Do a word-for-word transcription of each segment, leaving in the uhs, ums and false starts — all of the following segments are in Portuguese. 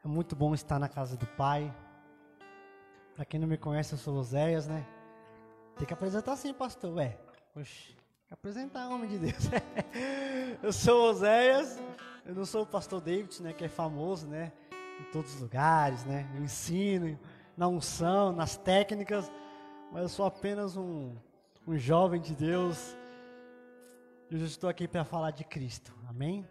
É muito bom estar na casa do Pai. Para quem não me conhece, eu sou Oséias, né? Tem que apresentar assim, pastor. Ué, oxe, tem que apresentar, homem de Deus. Eu sou Oséias, eu não sou o pastor David, né? Que é famoso, né? Em todos os lugares, né? No ensino, na unção, nas técnicas. Mas eu sou apenas um, um jovem de Deus. E eu estou aqui para falar de Cristo. Amém?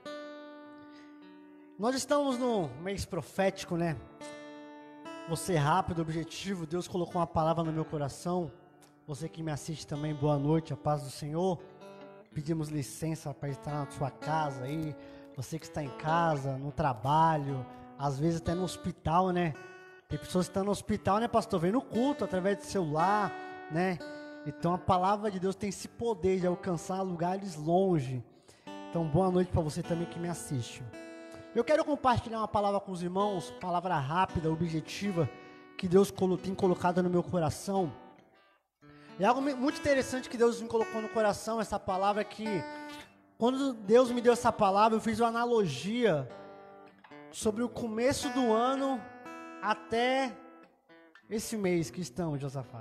Nós estamos no mês profético, né? Vou ser rápido, objetivo. Deus colocou uma palavra no meu coração. Você que me assiste também, boa noite, a paz do Senhor. Pedimos licença para estar na sua casa aí. Você que está em casa, no trabalho, às vezes até no hospital, né? Tem pessoas que estão no hospital, né, pastor? Vem no culto através do celular, né? Então a palavra de Deus tem esse poder de alcançar lugares longe. Então boa noite para você também que me assiste. Eu quero compartilhar uma palavra com os irmãos, palavra rápida, objetiva, que Deus tem colocado no meu coração. É algo muito interessante que Deus me colocou no coração, essa palavra que, quando Deus me deu essa palavra, eu fiz uma analogia sobre o começo do ano até esse mês que estamos, Josafá.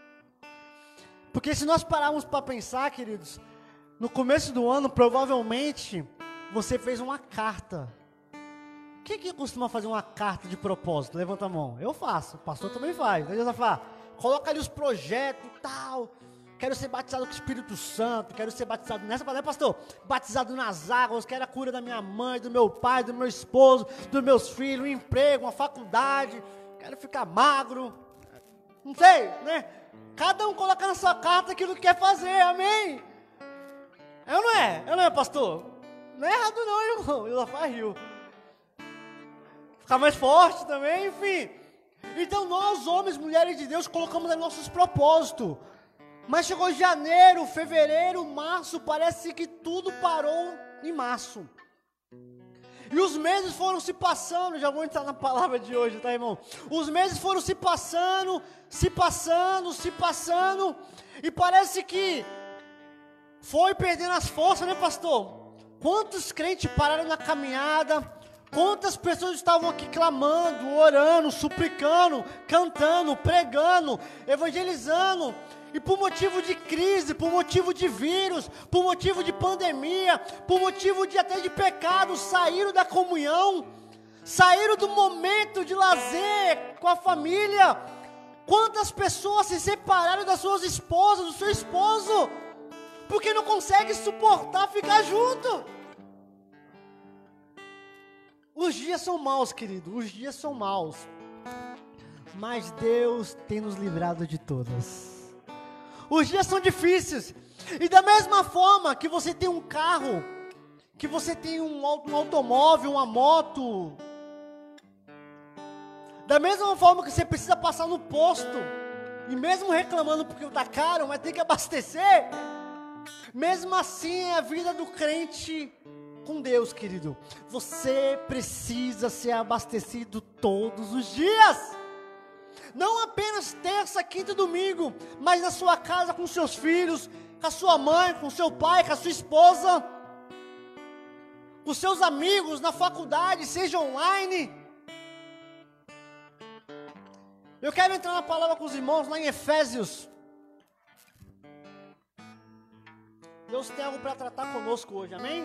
Porque se nós pararmos para pensar, queridos, no começo do ano, provavelmente, você fez uma carta. Quem que costuma fazer uma carta de propósito? Levanta a mão. Eu faço, o pastor também faz. Né, Josafá? Coloca ali os projetos e tal. Quero ser batizado com o Espírito Santo. Quero ser batizado nessa palavra, pastor. Batizado nas águas. Quero a cura da minha mãe, do meu pai, do meu esposo, dos meus filhos, um emprego, uma faculdade. Quero ficar magro. Não sei, né? Cada um coloca na sua carta aquilo que quer fazer, amém? É ou não é? É ou não é, pastor? Não é errado não, irmão. Josafá riu. Ficar mais forte também, enfim. Então nós, homens, mulheres de Deus, colocamos aí nossos propósitos. Mas chegou janeiro, fevereiro, março, parece que tudo parou em março. E os meses foram se passando, já vou entrar na palavra de hoje, tá, irmão? Os meses foram se passando, se passando, se passando, e parece que foi perdendo as forças, né, pastor? Quantos crentes pararam na caminhada? Quantas pessoas estavam aqui clamando, orando, suplicando, cantando, pregando, evangelizando, e por motivo de crise, por motivo de vírus, por motivo de pandemia, por motivo de até de pecado, saíram da comunhão, saíram do momento de lazer com a família. Quantas pessoas se separaram das suas esposas, do seu esposo, porque não conseguem suportar ficar junto. Os dias são maus, querido, os dias são maus, mas Deus tem nos livrado de todas. Os dias são difíceis, e da mesma forma que você tem um carro, que você tem um, um automóvel, uma moto, da mesma forma que você precisa passar no posto, e mesmo reclamando porque está caro, mas tem que abastecer, mesmo assim é a vida do crente com Deus, querido. Você precisa ser abastecido todos os dias. Não apenas terça, quinta e domingo, mas na sua casa com seus filhos, com a sua mãe, com seu pai, com a sua esposa, com seus amigos na faculdade, seja online. Eu quero entrar na palavra com os irmãos lá em Efésios. Deus tem algo para tratar conosco hoje, amém?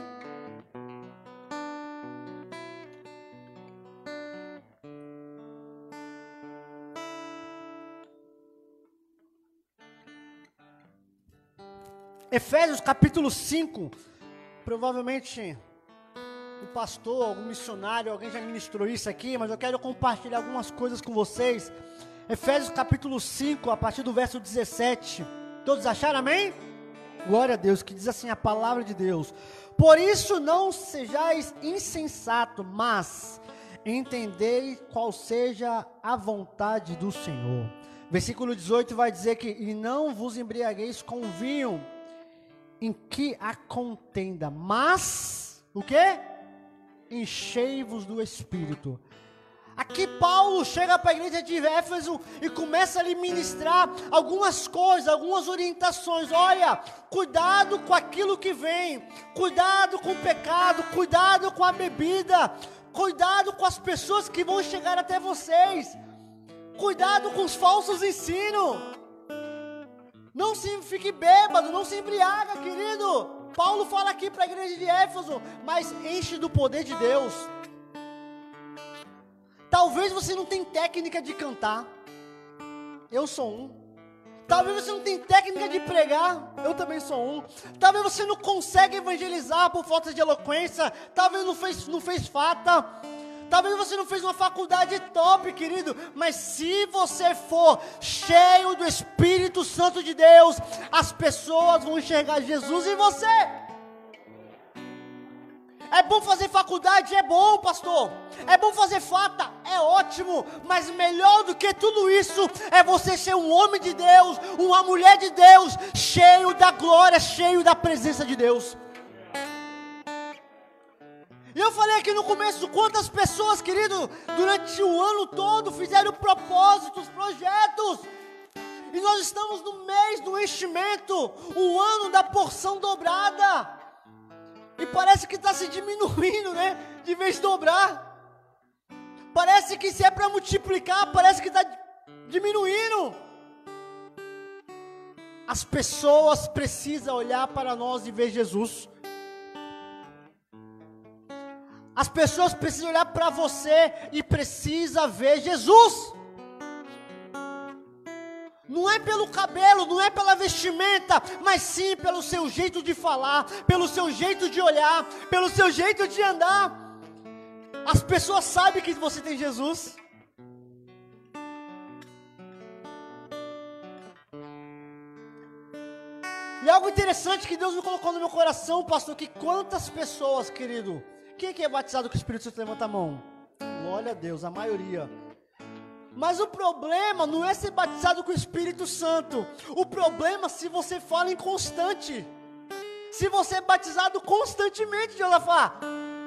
Efésios capítulo cinco, provavelmente o pastor, algum missionário, alguém já ministrou isso aqui, mas eu quero compartilhar algumas coisas com vocês. Efésios capítulo cinco, a partir do verso dezessete, todos acharam, amém? Glória a Deus, que diz assim a palavra de Deus: por isso não sejais insensato, mas entendei qual seja a vontade do Senhor. Versículo dezoito vai dizer que, e não vos embriagueis com vinho, em que há contenda, mas, o quê? Enchei-vos do Espírito. Aqui Paulo chega para a igreja de Éfeso e começa a lhe ministrar algumas coisas, algumas orientações. Olha, cuidado com aquilo que vem, cuidado com o pecado, cuidado com a bebida, Cuidado com as pessoas que vão chegar até vocês. Cuidado com os falsos ensinos. Não se fique bêbado, não se embriaga, querido. Paulo fala aqui para a igreja de Éfeso, mas enche do poder de Deus. Talvez você não tenha técnica de cantar. Eu sou um. Talvez você não tenha técnica de pregar. Eu também sou um. Talvez você não consiga evangelizar por falta de eloquência. Talvez não fez, não fez fata. Talvez você não fez uma faculdade top, querido. Mas se você for cheio do Espírito Santo de Deus, as pessoas vão enxergar Jesus em você. É bom fazer faculdade? É bom, pastor. É bom fazer fata? É ótimo. Mas melhor do que tudo isso é você ser um homem de Deus, uma mulher de Deus, cheio da glória, cheio da presença de Deus. E eu falei aqui no começo, quantas pessoas, querido, durante o ano todo fizeram propósitos, projetos. E nós estamos no mês do enchimento, o ano da porção dobrada. E parece que está se diminuindo, né? De vez de dobrar. Parece que se é para multiplicar, parece que está diminuindo. As pessoas precisam olhar para nós e ver Jesus. As pessoas precisam olhar para você e precisam ver Jesus. Não é pelo cabelo, não é pela vestimenta, mas sim pelo seu jeito de falar, pelo seu jeito de olhar, pelo seu jeito de andar. As pessoas sabem que você tem Jesus. E algo interessante que Deus me colocou no meu coração, pastor, que quantas pessoas, querido, quem que é batizado com o Espírito Santo? Levanta a mão. Glória a Deus, a maioria. Mas o problema não é ser batizado com o Espírito Santo. O problema é se você fala inconstante. Se você é batizado constantemente, Josafá.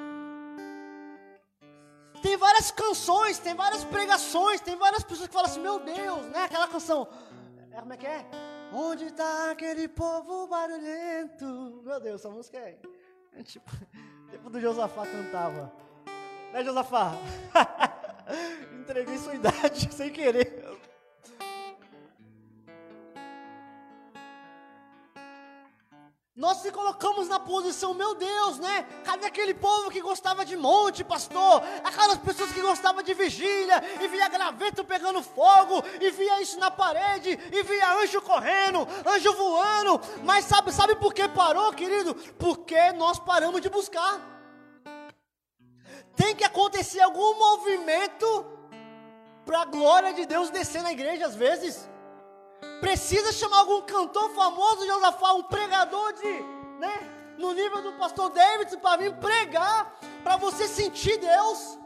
Tem várias canções, tem várias pregações, tem várias pessoas que falam assim, meu Deus, né? Aquela canção, como é que é? Onde está aquele povo barulhento? Meu Deus, essa música é, é tipo, tipo do Josafá cantava. Né, Josafá? Entreguei sua idade sem querer. Nós se colocamos na posição, meu Deus, né? Cadê aquele povo que gostava de monte, pastor? Aquelas pessoas que gostavam de vigília, e via graveto pegando fogo, e via isso na parede, e via anjo correndo, anjo voando. Mas sabe, sabe por que parou, querido? Porque nós paramos de buscar. Tem que acontecer algum movimento para a glória de Deus descer na igreja às vezes. Precisa chamar algum cantor famoso, Josafá, um pregador de, né, no nível do pastor David, para vir pregar, para você sentir Deus.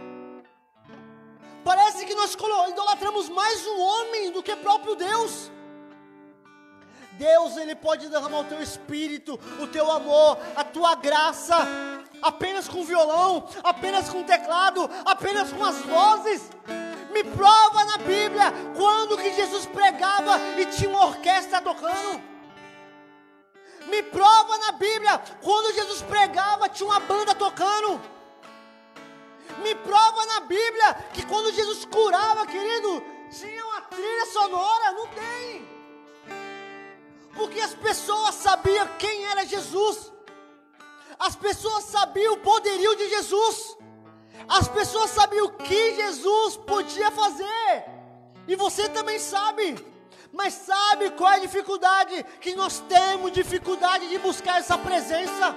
Parece que nós idolatramos mais um homem do que próprio Deus. Deus, Ele pode derramar o teu espírito, o teu amor, a tua graça, apenas com violão, apenas com teclado, apenas com as vozes. Me prova na Bíblia quando que Jesus pregava e tinha uma orquestra tocando. Me prova na Bíblia quando Jesus pregava tinha uma banda tocando. Me prova na Bíblia que quando Jesus curava, querido, tinha uma trilha sonora. Não tem. Porque as pessoas sabiam quem era Jesus. As pessoas sabiam o poderio de Jesus. As pessoas sabiam o que Jesus podia fazer. E você também sabe. Mas sabe qual é a dificuldade? Que nós temos dificuldade de buscar essa presença.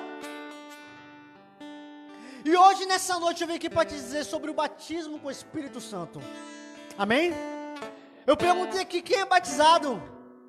E hoje, nessa noite, eu vim aqui para te dizer sobre o batismo com o Espírito Santo. Amém? Eu perguntei aqui, quem é batizado?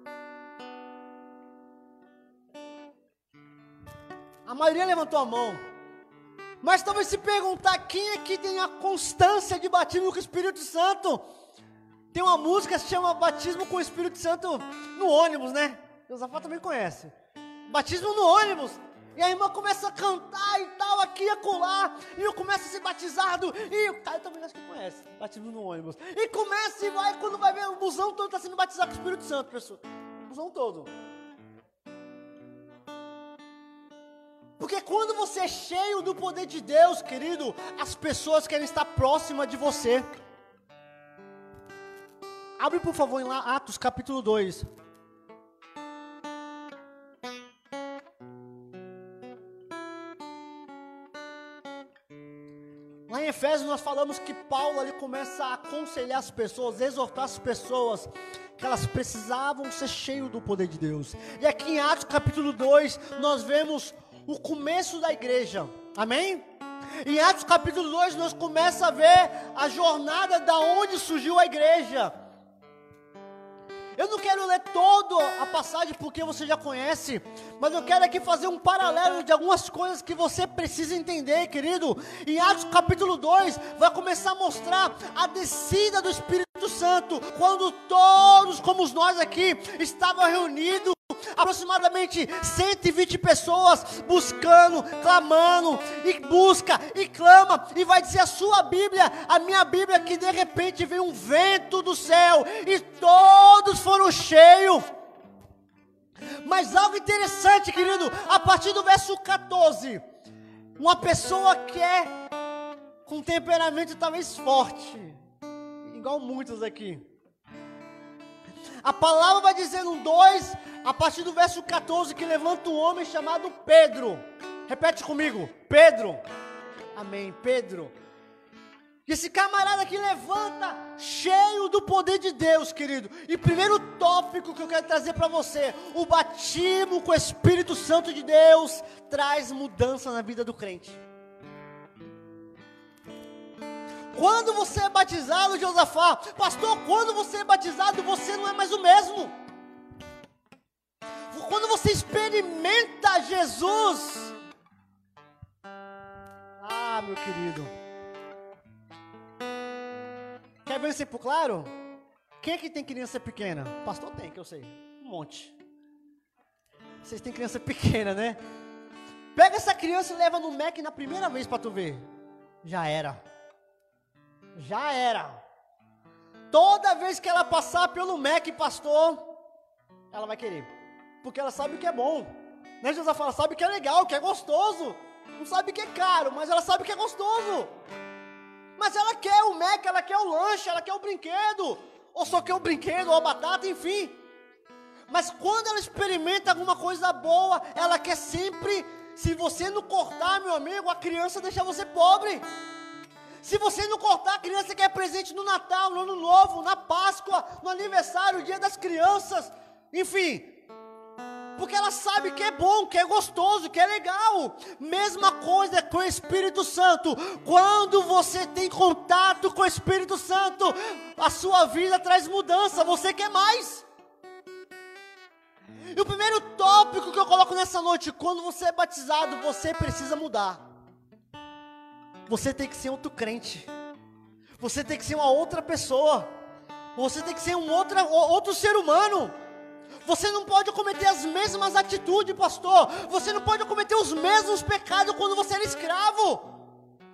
A maioria levantou a mão. Mas talvez se perguntar quem aqui tem a constância de batismo com o Espírito Santo. Tem uma música que se chama Batismo com o Espírito Santo no ônibus, né? Josafá também conhece. Batismo no ônibus. E a irmã começa a cantar e tal, aqui e acolá. E eu começo a ser batizado. E o Caio também acho que conhece. Batismo no ônibus. E começa e vai, quando vai ver, o busão todo está sendo batizado com o Espírito Santo, pessoal. O busão todo. Porque quando você é cheio do poder de Deus, querido, as pessoas querem estar próximas de você. Abre por favor em Atos capítulo dois. Lá em Efésios nós falamos que Paulo ali começa a aconselhar as pessoas, exortar as pessoas, que elas precisavam ser cheios do poder de Deus. E aqui em Atos capítulo dois, nós vemos o começo da igreja, amém? Em Atos capítulo dois, nós começamos a ver a jornada da onde surgiu a igreja. Eu não quero ler toda a passagem porque você já conhece, mas eu quero aqui fazer um paralelo de algumas coisas que você precisa entender, querido. Em Atos capítulo dois, vai começar a mostrar a descida do Espírito Santo, quando todos, como nós aqui, estavam reunidos, aproximadamente cento e vinte pessoas, buscando, clamando, e busca, e clama, e vai dizer a sua Bíblia, a minha Bíblia, que de repente veio um vento do céu, e todos foram cheios. Mas algo interessante, querido, a partir do verso quatorze, uma pessoa que é com temperamento talvez forte, igual muitos aqui, a palavra vai dizer no dois, a partir do verso quatorze, que levanta um homem chamado Pedro. Repete comigo, Pedro. Amém, Pedro. E esse camarada aqui levanta, cheio do poder de Deus, querido. E primeiro tópico que eu quero trazer para você: o batismo com o Espírito Santo de Deus traz mudança na vida do crente. Quando você é batizado, Josafá, pastor, quando você é batizado, você não é mais o mesmo. Quando você experimenta Jesus, ah, meu querido, quer ver um exemplo claro? Quem é que tem criança pequena? Pastor tem, que eu sei, um monte. Vocês têm criança pequena, né? Pega essa criança e leva no Mac na primeira vez para tu ver. Já era. Já era. Toda vez que ela passar pelo Mac, pastor, ela vai querer. Porque ela sabe o que é bom. Né, Josafá? Ela sabe o que é legal, o que é gostoso. Não sabe o que é caro, mas ela sabe o que é gostoso. Mas ela quer o Mac, ela quer o lanche, ela quer o brinquedo. Ou só quer o brinquedo, ou a batata, enfim. Mas quando ela experimenta alguma coisa boa, ela quer sempre, se você não cortar, meu amigo, a criança deixa você pobre. Se você não cortar, a criança quer presente no Natal, no Ano Novo, na Páscoa, no aniversário, Dia das Crianças, enfim. Porque ela sabe que é bom, que é gostoso, que é legal. Mesma coisa com o Espírito Santo. Quando você tem contato com o Espírito Santo, a sua vida traz mudança, você quer mais. E o primeiro tópico que eu coloco nessa noite: quando você é batizado, você precisa mudar. Você tem que ser outro crente. Você tem que ser uma outra pessoa. Você tem que ser um outra, outro ser humano. Você não pode cometer as mesmas atitudes, pastor. Você não pode cometer os mesmos pecados quando você era escravo.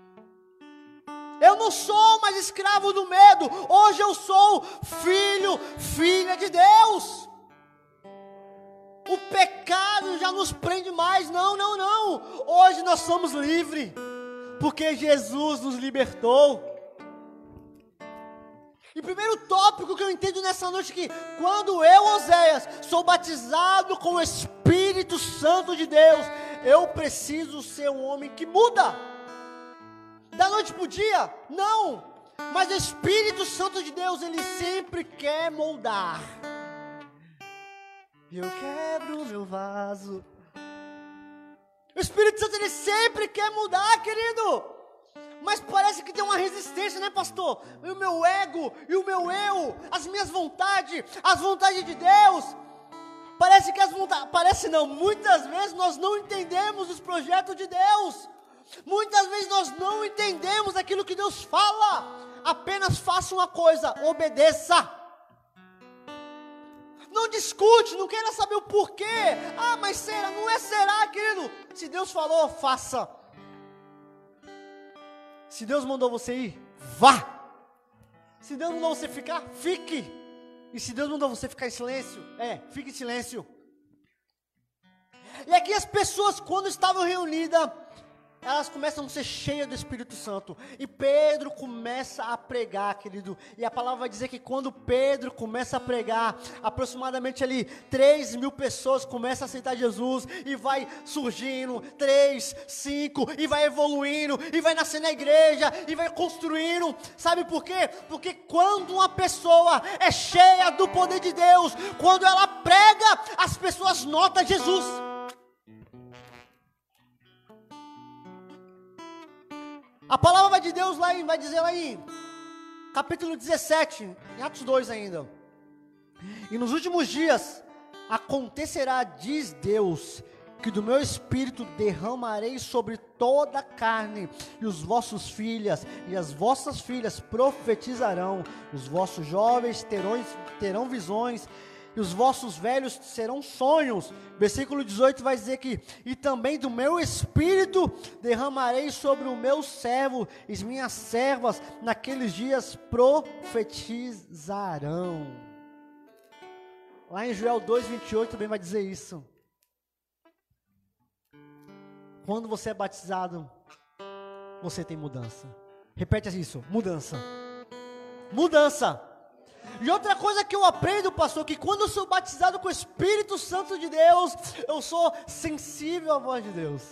Eu não sou mais escravo do medo. Hoje eu sou filho, filha de Deus. O pecado já nos prende mais. Não, não, não. Hoje nós somos livres, porque Jesus nos libertou. E o primeiro tópico que eu entendo nessa noite é que quando eu, Oséias, sou batizado com o Espírito Santo de Deus, eu preciso ser um homem que muda. Da noite para o dia? Não. Mas o Espírito Santo de Deus, ele sempre quer moldar. Eu quebro o meu vaso. O Espírito Santo, ele sempre quer mudar, querido. Mas parece que tem uma resistência, né, pastor? E o meu ego, e o meu eu, as minhas vontades, as vontades de Deus. Parece que as vontades, parece não, muitas vezes nós não entendemos os projetos de Deus. Muitas vezes nós não entendemos aquilo que Deus fala. Apenas faça uma coisa: obedeça. Não discute, não queira saber o porquê. Ah, mas será? Não é será, querido. Se Deus falou, faça. Se Deus mandou você ir, vá. Se Deus mandou você ficar, fique. E se Deus mandou você ficar em silêncio, é, fique em silêncio. E aqui as pessoas, quando estavam reunidas, elas começam a ser cheias do Espírito Santo. E Pedro começa a pregar, querido. E a palavra vai dizer que quando Pedro começa a pregar, aproximadamente ali três mil pessoas começam a aceitar Jesus. E vai surgindo, três, cinco, e vai evoluindo, e vai nascendo a igreja, e vai construindo. Sabe por quê? Porque quando uma pessoa é cheia do poder de Deus, quando ela prega, as pessoas notam Jesus. A palavra de Deus lá em, vai dizer lá em capítulo dezessete, em Atos dois ainda. E nos últimos dias acontecerá, diz Deus, que do meu espírito derramarei sobre toda a carne, e os vossos filhos e as vossas filhas profetizarão, os vossos jovens terão, terão visões, e os vossos velhos serão sonhos. Versículo dezoito vai dizer que, e também do meu espírito derramarei sobre o meu servo e as minhas servas, naqueles dias profetizarão. Lá em Joel dois, vinte e oito também vai dizer isso. Quando você é batizado, você tem mudança. Repete isso, mudança. Mudança. E outra coisa que eu aprendo, pastor, que quando eu sou batizado com o Espírito Santo de Deus, eu sou sensível à voz de Deus.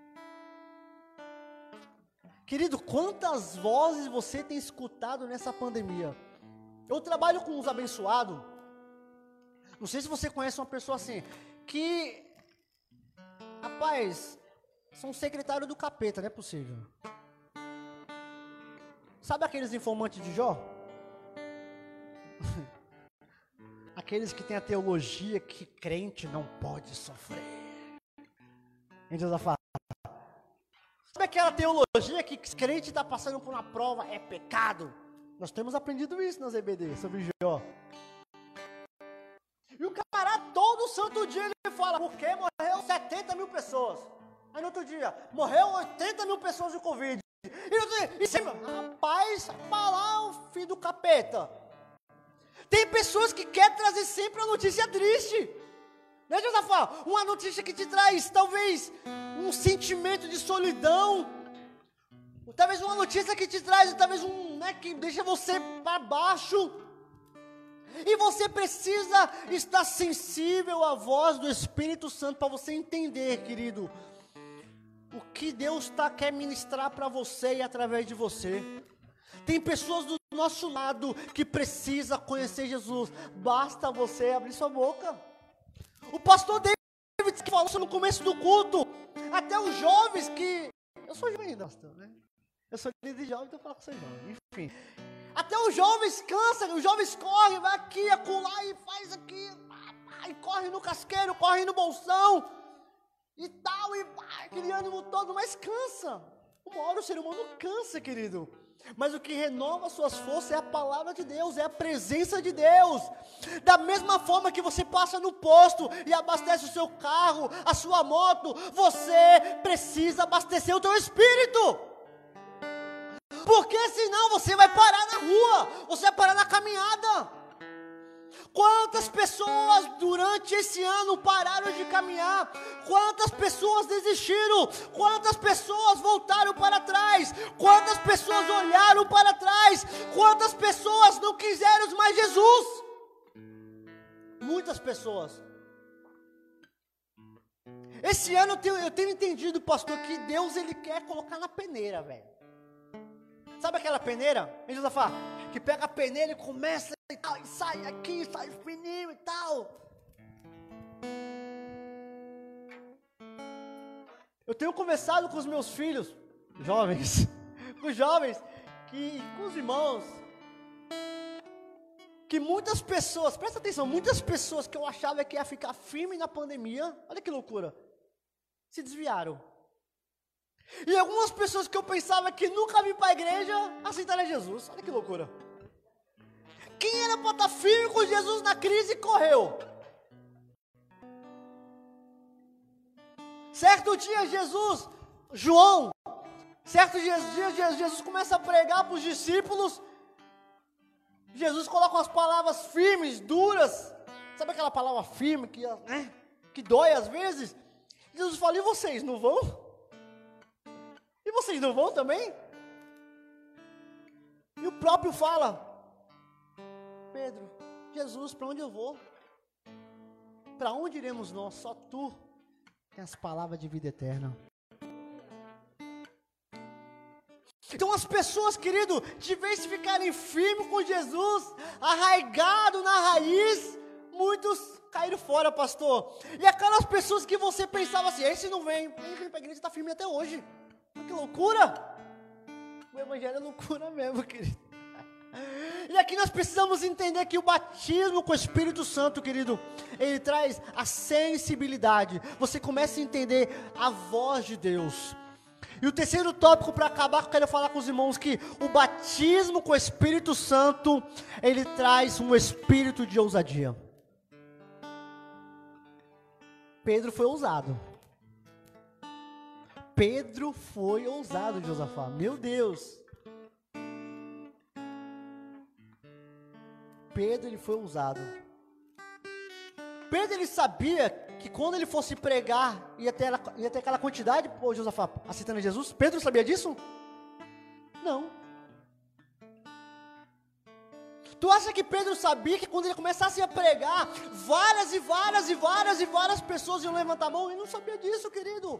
Querido, quantas vozes você tem escutado nessa pandemia? Eu trabalho com uns abençoados. Não sei se você conhece uma pessoa assim, que, rapaz, são secretário do capeta, não é possível. Sabe aqueles informantes de Jó? Aqueles que têm a teologia que crente não pode sofrer. Então ela fala, sabe aquela teologia que crente está passando por uma prova é pecado? Nós temos aprendido isso nas E B D sobre Jó. E o camarada todo santo dia ele fala, porque morreu setenta mil pessoas. Aí no outro dia, morreu oitenta mil pessoas de Covid. E no outro dia, e sempre, rapaz, para lá o filho do capeta. Tem pessoas que querem trazer sempre a notícia triste. Né, Josafá? Uma notícia que te traz, talvez, um sentimento de solidão. Talvez uma notícia que te traz, talvez um, né, que deixa você para baixo. E você precisa estar sensível à voz do Espírito Santo para você entender, querido, o que Deus tá, quer ministrar para você e através de você. Tem pessoas do nosso lado que precisa conhecer Jesus. Basta você abrir sua boca. O pastor David falou isso no começo do culto. Até os jovens que... Eu sou jovem ainda, pastor, né? Eu sou líder de jovem, então eu falo que sou jovem. Enfim. Até os jovens cansam, os jovens correm, vai aqui, acolá e faz aqui. E corre no casqueiro, corre no bolsão. E tal, e aquele ânimo todo, mas cansa. Uma hora o ser humano cansa, querido. Mas o que renova suas forças é a palavra de Deus, é a presença de Deus. Da mesma forma que você passa no posto e abastece o seu carro, a sua moto, você precisa abastecer o teu espírito. Porque senão você vai parar na rua, você vai parar na caminhada. Quantas pessoas durante esse ano pararam de caminhar? Quantas pessoas desistiram? Quantas pessoas voltaram para trás? Quantas pessoas olharam para trás? Quantas pessoas não quiseram mais Jesus? Muitas pessoas. Esse ano eu tenho, eu tenho entendido, pastor, que Deus ele quer colocar na peneira, velho. Sabe aquela peneira? Hein, Josafá? Que pega a peneira e começa e tal, e sai aqui, sai fininho e tal. Eu tenho conversado com os meus filhos, jovens, com os jovens, que, com os irmãos, que muitas pessoas, presta atenção, muitas pessoas que eu achava que ia ficar firme na pandemia, olha que loucura, se desviaram. E algumas pessoas que eu pensava que nunca vim para a igreja, aceitaram Jesus. Olha que loucura. Quem era para estar firme com Jesus na crise, correu. Certo dia, Jesus, João, certo dia, Jesus começa a pregar para os discípulos. Jesus coloca umas palavras firmes, duras. Sabe aquela palavra firme que, né, que dói às vezes? Jesus fala, e vocês não vão? E vocês não vão também? E o próprio fala, Pedro, Jesus, para onde eu vou? Para onde iremos nós? Só tu tem as palavras de vida eterna. Então as pessoas, querido, de vez de ficarem firmes com Jesus, arraigado na raiz, muitos caíram fora, pastor. E aquelas pessoas que você pensava assim, esse não vem, ele vem para a igreja e está firme até hoje. Que loucura! O evangelho é loucura mesmo, querido. E aqui nós precisamos entender que o batismo com o Espírito Santo, querido, ele traz a sensibilidade. Você começa a entender a voz de Deus. E o terceiro tópico para acabar, que eu quero falar com os irmãos, que o batismo com o Espírito Santo, ele traz um espírito de ousadia. Pedro foi ousado. Pedro foi ousado, Josafá. Meu Deus. Pedro, ele foi ousado. Pedro, ele sabia que quando ele fosse pregar, ia ter, ia ter aquela quantidade, pô, Josafá, aceitando Jesus. Pedro sabia disso? Não. Tu acha que Pedro sabia que quando ele começasse a pregar, várias e várias e várias e várias pessoas iam levantar a mão? Ele não sabia disso, querido.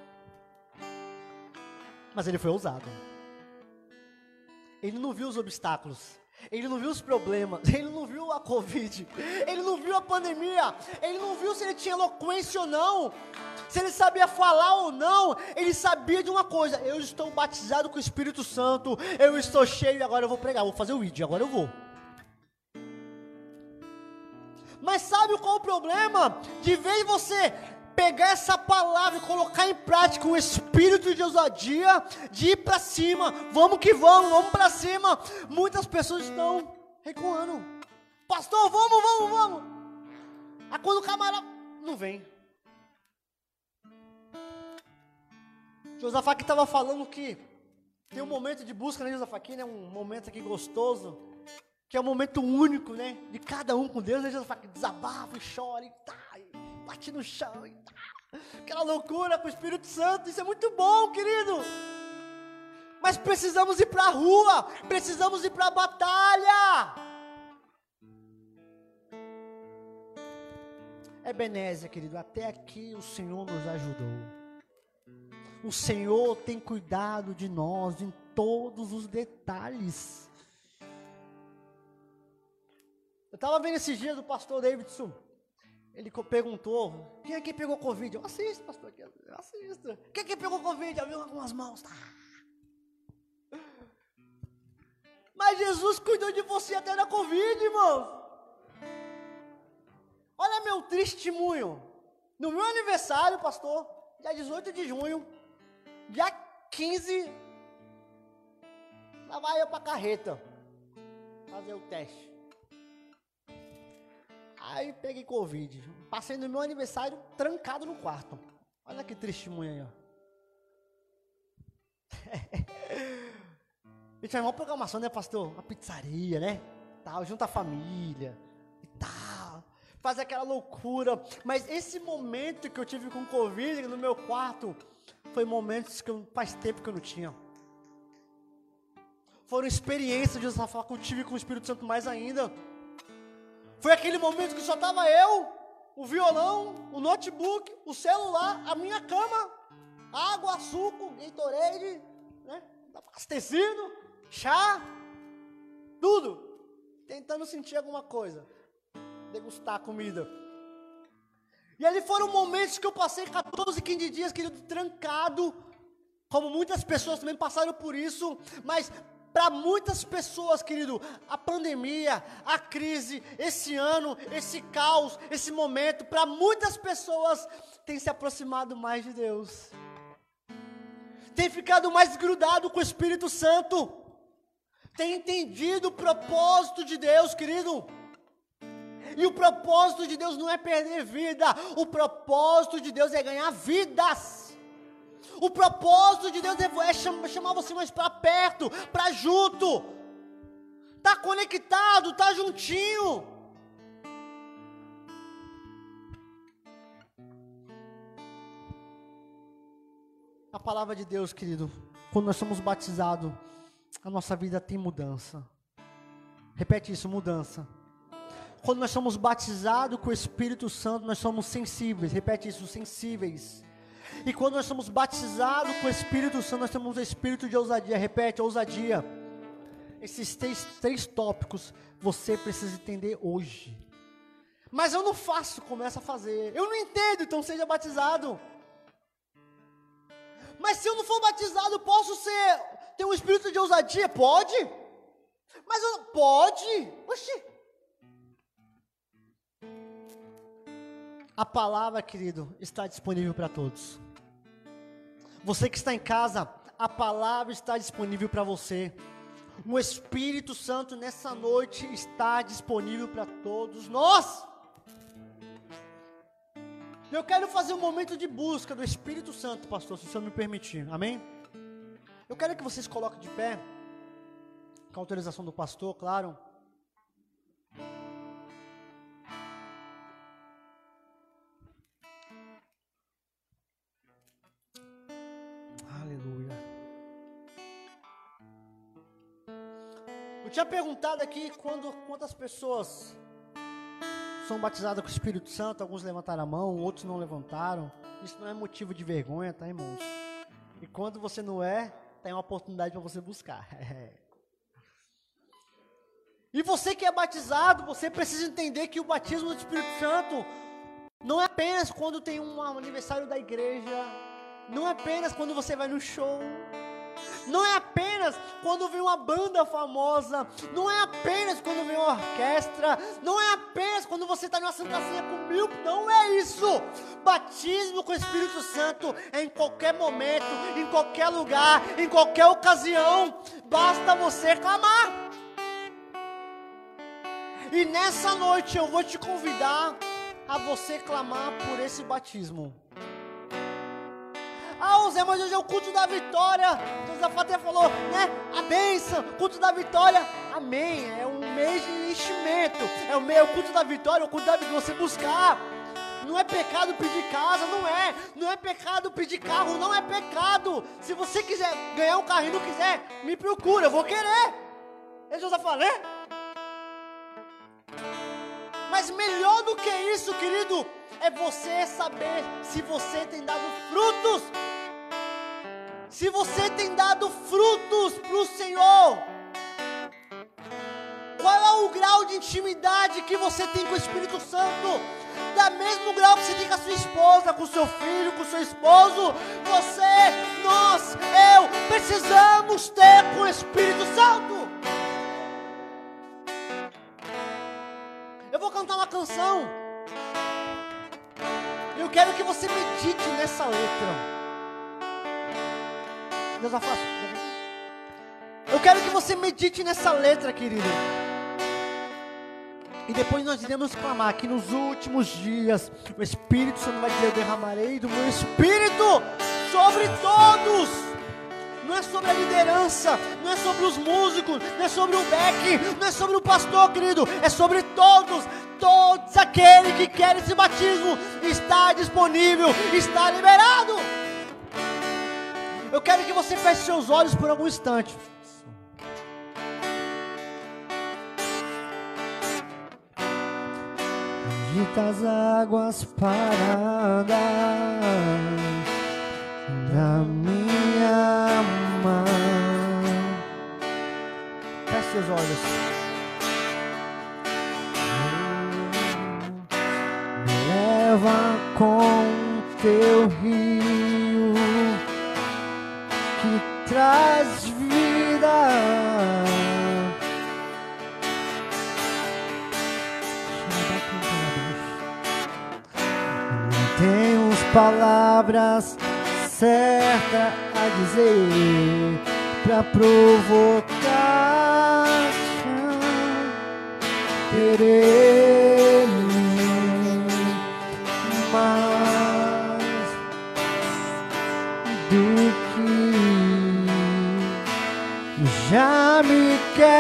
Mas ele foi ousado. Ele não viu os obstáculos. Ele não viu os problemas, ele não viu a Covid, ele não viu a pandemia, ele não viu se ele tinha eloquência ou não, se ele sabia falar ou não. Ele sabia de uma coisa: eu estou batizado com o Espírito Santo, eu estou cheio e agora eu vou pregar, vou fazer o vídeo, agora eu vou. Mas sabe qual é o problema? De vez você pegar essa palavra e colocar em prática um espírito de ousadia, de ir para cima, vamos que vamos, vamos para cima, muitas pessoas estão recuando. Pastor, vamos, vamos, vamos. Aí quando o camarada não vem. Josafá que estava falando que tem um momento de busca, né, Josafá, aqui, né, um momento aqui gostoso, que é um momento único, né, de cada um com Deus, né, Josafá, que desabafa e chora e tá, e bate no chão e tá, aquela loucura com o Espírito Santo. Isso é muito bom, querido. Mas precisamos ir para a rua, precisamos ir para a batalha. Ebenezer, querido, até aqui o Senhor nos ajudou. O Senhor tem cuidado de nós em todos os detalhes. Eu estava vendo esses dias do pastor Davidson. Ele perguntou, quem aqui pegou Covid? Eu assisto, pastor, eu assisto. Quem aqui pegou Covid? Eu vi algumas mãos, tá? Mas Jesus cuidou de você até da Covid, irmão. Olha meu testemunho. No meu aniversário, pastor, dia dezoito de junho, dia quinze, lá vai eu pra carreta fazer o teste. Aí peguei Covid, passei no meu aniversário trancado no quarto. Olha que testemunho aí, ó. A gente vai uma programação, né, pastor? Uma pizzaria, né? Tal, junta a família e tal. Faz aquela loucura. Mas esse momento que eu tive com Covid no meu quarto, foi momentos que eu, faz tempo que eu não tinha. Foram experiências de Josafá que eu tive com o Espírito Santo mais ainda. Foi aquele momento que só estava eu, o violão, o notebook, o celular, a minha cama, água, suco, Gatorade, né? Abastecido, chá, tudo. Tentando sentir alguma coisa, degustar a comida. E ali foram momentos que eu passei quatorze, quinze dias, querido, trancado, como muitas pessoas também passaram por isso, mas para muitas pessoas, querido, a pandemia, a crise, esse ano, esse caos, esse momento, para muitas pessoas tem se aproximado mais de Deus, tem ficado mais grudado com o Espírito Santo, tem entendido o propósito de Deus, querido. E o propósito de Deus não é perder vida, o propósito de Deus é ganhar vidas. O propósito de Deus é chamar você mais para perto, para junto. Tá conectado, tá juntinho. a palavra de Deus, querido, quando nós somos batizados, a nossa vida tem mudança. Repete isso, mudança. Quando nós somos batizados com o Espírito Santo, nós somos sensíveis. Repete isso, sensíveis. E quando nós somos batizados com o Espírito Santo, nós temos o espírito de ousadia. Repete, ousadia. Esses três, três tópicos você precisa entender hoje. Mas eu não faço, começa a fazer. Eu não entendo, então seja batizado. Mas se eu não for batizado, posso ser, ter um espírito de ousadia? Pode. Mas eu não, pode. Oxi. A palavra, querido, está disponível para todos. Você que está em casa, a palavra está disponível para você. O Espírito Santo nessa noite está disponível para todos nós. Eu quero fazer um momento de busca do Espírito Santo, pastor, se o senhor me permitir, amém? Eu quero que vocês coloquem de pé, com a autorização do pastor, claro. Aleluia. Eu tinha perguntado aqui quando, quantas pessoas são batizadas com o Espírito Santo. Alguns levantaram a mão, outros não levantaram. Isso não é motivo de vergonha, tá, irmãos? E quando você não é, tem uma oportunidade para você buscar. E você que é batizado, você precisa entender que o batismo do Espírito Santo não é apenas quando tem um aniversário da igreja, não é apenas quando você vai no show, não é apenas quando vem uma banda famosa, não é apenas quando vem uma orquestra, não é apenas quando você está numa santa ceia com mil, não é isso. Batismo com o Espírito Santo é em qualquer momento, em qualquer lugar, em qualquer ocasião, basta você clamar. E nessa noite eu vou te convidar a você clamar por esse batismo. Ah, Zé, mas hoje é o culto da vitória. O Zé até falou, né? A bênção, culto da vitória. Amém. É um mês de enchimento. É o, meio, é o culto da vitória, o culto da vitória. Você buscar. Não é pecado pedir casa, não é. Não é pecado pedir carro, não é pecado. Se você quiser ganhar um carro e não quiser, me procura, eu vou querer. É José falei. Mas melhor do que isso, querido, é você saber se você tem dado frutos. Se você tem dado frutos para o Senhor. Qual é o grau de intimidade que você tem com o Espírito Santo? Da mesmo grau que você tem com a sua esposa, com o seu filho, com o seu esposo. Você, nós, eu, precisamos ter com o Espírito Santo. Eu vou cantar uma canção. Eu quero que você medite nessa letra. Deus a faça. Eu quero que você medite nessa letra, querido. E depois nós iremos clamar que nos últimos dias o Espírito Santo vai dizer: eu derramarei do meu Espírito sobre todos. Não é sobre a liderança, não é sobre os músicos, não é sobre o Beck, não é sobre o pastor, querido, é sobre todos, todos aqueles que querem esse batismo. Está disponível, está liberado. Eu quero que você feche seus olhos por algum instante. Agita as águas paradas na minha mão. Feche seus olhos. Me leva com teu rio que traz vida. Temos palavras certas a dizer pra provocar querer mais do que já me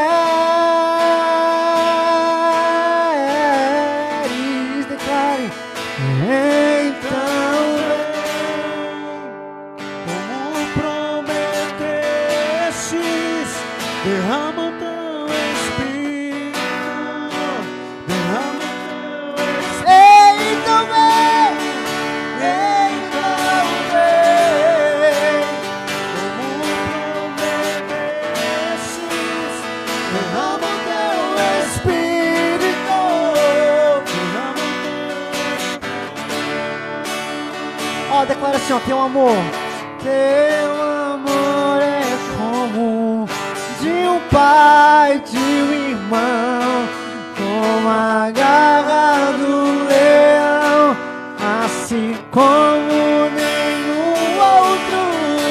queres. Declare. Então vem como derrama o teu Espírito, derrama o teu... Ó, declara assim, ó, teu amor, teu amor é como de um pai, de um irmão, como a garra do leão, assim como nenhum outro,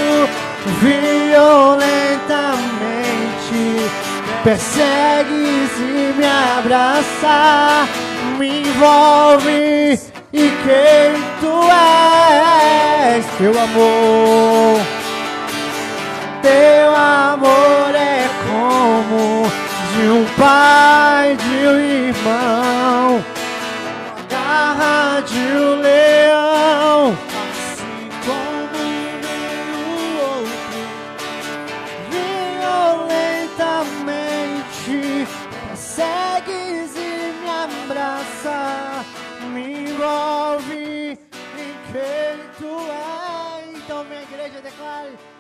violentamente persegues e me abraça, me envolve, e quem tu és, teu amor, teu amor é como de um pai, de um irmão, a garra de um leão, assim como nenhum outro, violentamente persegues e me abraça, me envolve em quem tu és. Então minha igreja declare: